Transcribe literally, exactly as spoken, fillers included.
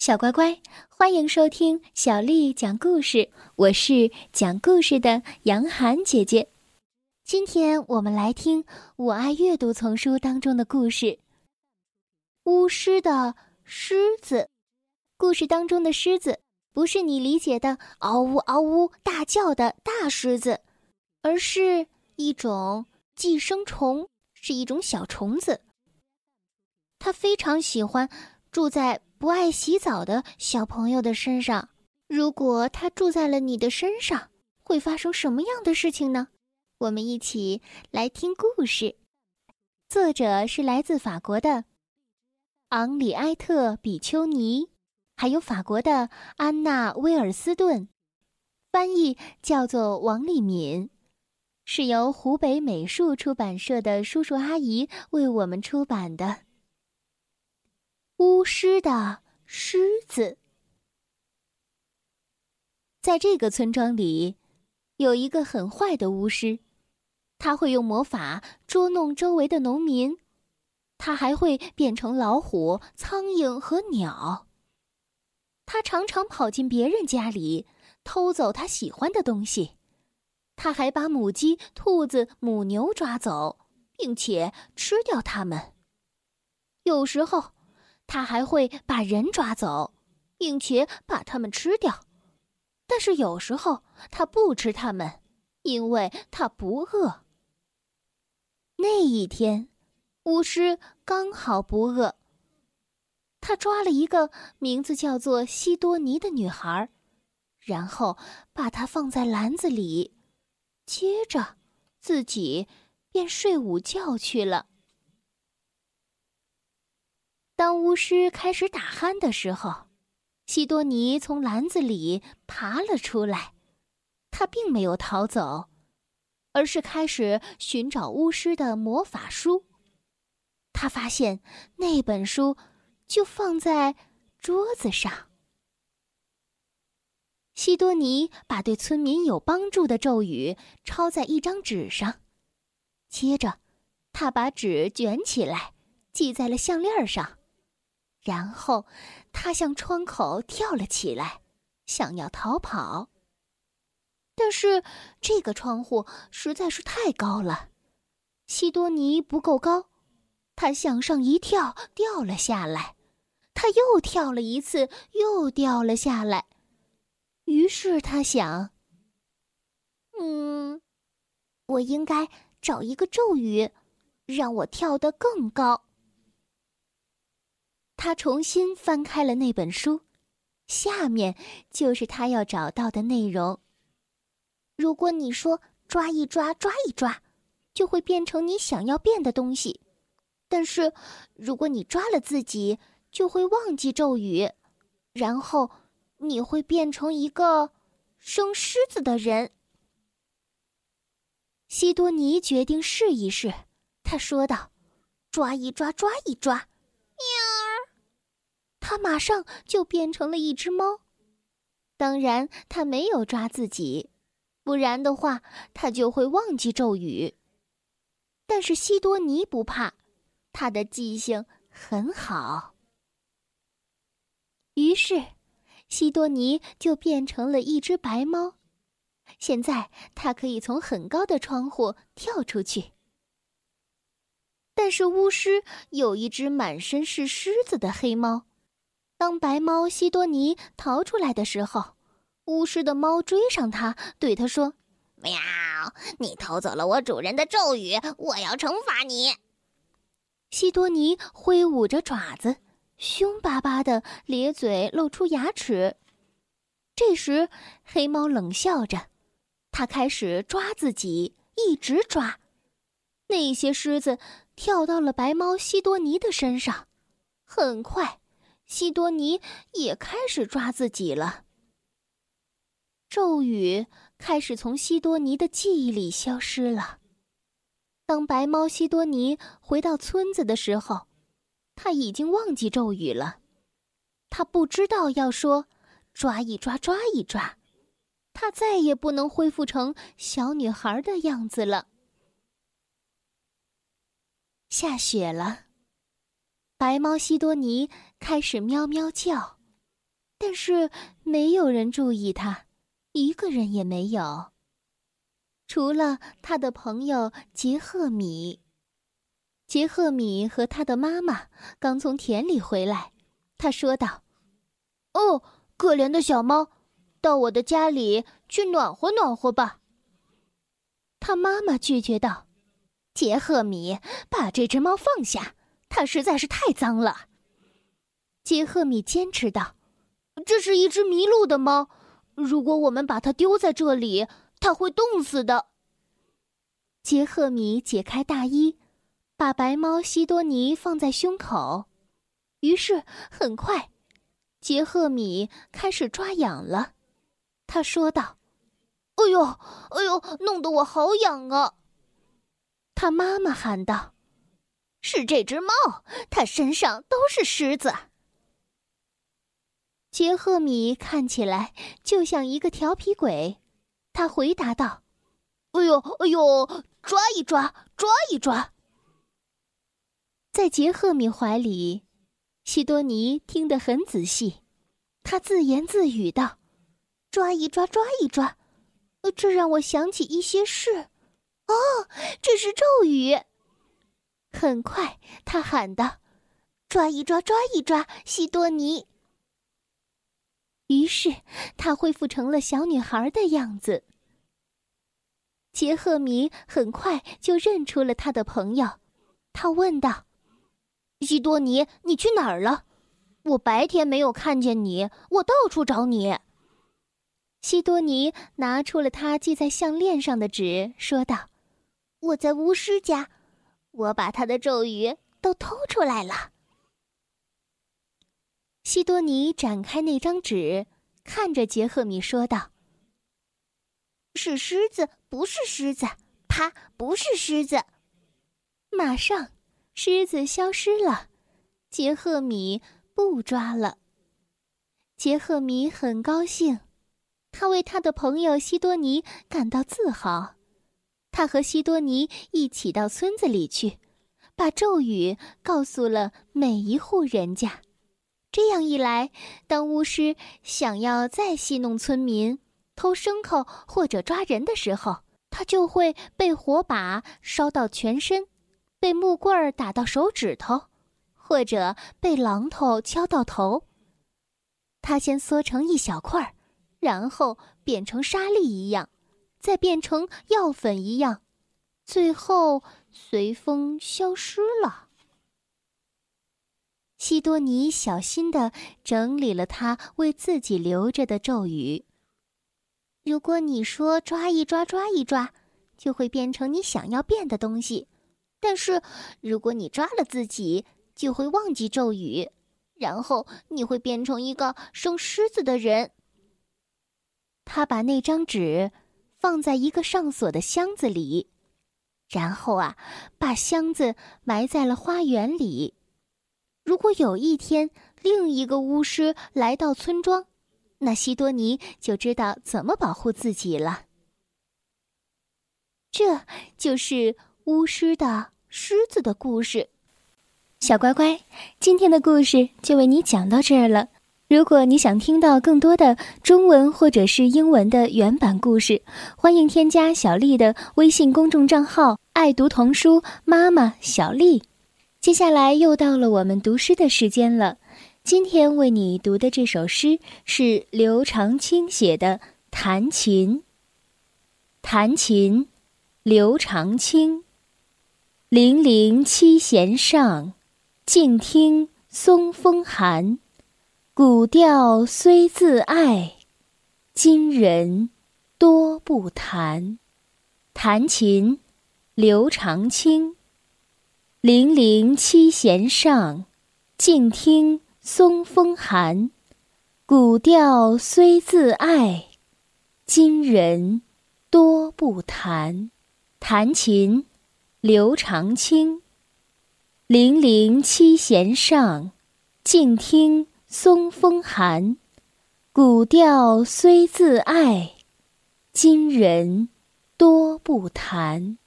小乖乖，欢迎收听小丽讲故事，我是讲故事的杨涵姐姐。今天我们来听《我爱阅读》丛书当中的故事《巫师的狮子》。故事当中的狮子不是你理解的嗷呜嗷呜大叫的大狮子，而是一种寄生虫，是一种小虫子。它非常喜欢住在不爱洗澡的小朋友的身上。如果它住在了你的身上，会发生什么样的事情呢？我们一起来听故事。作者是来自法国的昂里埃特·比丘尼，还有法国的安娜·威尔斯顿，翻译叫做王丽敏，是由湖北美术出版社的叔叔阿姨为我们出版的。巫师的狮子。在这个村庄里，有一个很坏的巫师，他会用魔法捉弄周围的农民，他还会变成老虎、苍蝇和鸟。他常常跑进别人家里，偷走他喜欢的东西。他还把母鸡、兔子、母牛抓走，并且吃掉它们。有时候他还会把人抓走，并且把他们吃掉。但是有时候他不吃他们，因为他不饿。那一天，巫师刚好不饿。他抓了一个名字叫做西多尼的女孩，然后把她放在篮子里，接着自己便睡午觉去了。当巫师开始打鼾的时候，西多尼从篮子里爬了出来。他并没有逃走，而是开始寻找巫师的魔法书。他发现那本书就放在桌子上。西多尼把对村民有帮助的咒语抄在一张纸上，接着他把纸卷起来，系在了项链上。然后他向窗口跳了起来，想要逃跑。但是这个窗户实在是太高了，西多尼不够高，他向上一跳，掉了下来。他又跳了一次，又掉了下来。于是他想，嗯，我应该找一个咒语，让我跳得更高。他重新翻开了那本书，下面就是他要找到的内容。如果你说抓一抓，抓一抓，就会变成你想要变的东西。但是如果你抓了自己，就会忘记咒语，然后你会变成一个生狮子的人。西多尼决定试一试，他说道：抓一抓，抓一抓。他马上就变成了一只猫。当然他没有抓自己，不然的话他就会忘记咒语。但是西多尼不怕，他的记性很好。于是西多尼就变成了一只白猫。现在他可以从很高的窗户跳出去。但是巫师有一只满身是虱子的黑猫。当白猫西多尼逃出来的时候，巫师的猫追上他，对他说：喵，你偷走了我主人的咒语，我要惩罚你。西多尼挥舞着爪子，凶巴巴地咧嘴露出牙齿。这时黑猫冷笑着，他开始抓自己，一直抓。那些虱子跳到了白猫西多尼的身上。很快西多尼也开始抓自己了。咒语开始从西多尼的记忆里消失了。当白猫西多尼回到村子的时候，他已经忘记咒语了。他不知道要说抓一抓，抓一抓。他再也不能恢复成小女孩的样子了。下雪了，白猫西多尼开始喵喵叫， 但是没有人注意他，一个人也没有，除了他的朋友杰赫米。杰赫米和他的妈妈刚从田里回来，他说道：“哦，可怜的小猫，到我的家里去暖和暖和吧。”他妈妈拒绝道：“杰赫米，把这只猫放下，它实在是太脏了。”杰赫米坚持道：“这是一只迷路的猫，如果我们把它丢在这里，它会冻死的。”杰赫米解开大衣，把白猫西多尼放在胸口，于是很快，杰赫米开始抓痒了。他说道：“哎呦，哎呦，弄得我好痒啊！”他妈妈喊道：“是这只猫，它身上都是虱子。”杰赫米看起来就像一个调皮鬼，他回答道：“哎呦，哎呦，抓一抓，抓一抓。”在杰赫米怀里，西多尼听得很仔细，他自言自语道：“抓一抓，抓一抓。这让我想起一些事。哦，这是咒语。”很快，他喊道：“抓一抓，抓一抓，西多尼。”于是，她恢复成了小女孩的样子。杰赫米很快就认出了他的朋友，他问道：“西多尼，你去哪儿了？我白天没有看见你，我到处找你。”西多尼拿出了他系在项链上的纸，说道：“我在巫师家，我把他的咒语都偷出来了。”西多尼展开那张纸，看着杰赫米说道：“是狮子，不是狮子，啪，不是狮子。”马上，狮子消失了，杰赫米不抓了。杰赫米很高兴，他为他的朋友西多尼感到自豪。他和西多尼一起到村子里去，把咒语告诉了每一户人家。这样一来，当巫师想要再戏弄村民、偷牲口或者抓人的时候，他就会被火把烧到全身，被木棍打到手指头，或者被榔头敲到头。他先缩成一小块，然后变成沙粒一样，再变成药粉一样，最后随风消失了。西多尼小心地整理了他为自己留着的咒语。如果你说抓一抓抓一抓，就会变成你想要变的东西。但是如果你抓了自己，就会忘记咒语，然后你会变成一个生虱子的人。他把那张纸放在一个上锁的箱子里，然后啊，把箱子埋在了花园里。如果有一天另一个巫师来到村庄，那西多尼就知道怎么保护自己了。这就是巫师的狮子的故事。小乖乖，今天的故事就为你讲到这儿了。如果你想听到更多的中文或者是英文的原版故事，欢迎添加小丽的微信公众账号爱读童书妈妈小丽。接下来又到了我们读诗的时间了。今天为你读的这首诗是刘长卿写的《弹琴》。弹琴，刘长卿。零零七弦上，静听松风寒。古调虽自爱，今人多不弹。弹琴，刘长卿。零零七弦上，静听松风寒。古调虽自爱，今人多不弹。弹琴，刘长卿。零零七弦上，静听松风寒。古调虽自爱，今人多不弹。